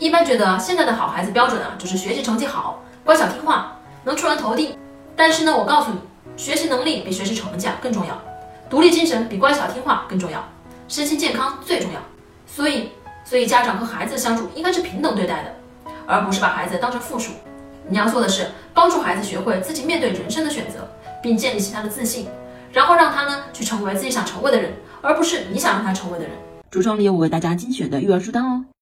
一般觉得现在的好孩子标准就是学习成绩好，乖巧听话，能出人头地。但是呢，我告诉你，学习能力比学习成绩更重要，独立精神比乖巧听话更重要，身心健康最重要。所以家长和孩子相处应该是平等对待的，而不是把孩子当成附属。你要做的是帮助孩子学会自己面对人生的选择，并建立起他的自信，然后让他呢去成为自己想成为的人，而不是你想让他成为的人。 橱窗里有我为大家精选的育儿书单哦。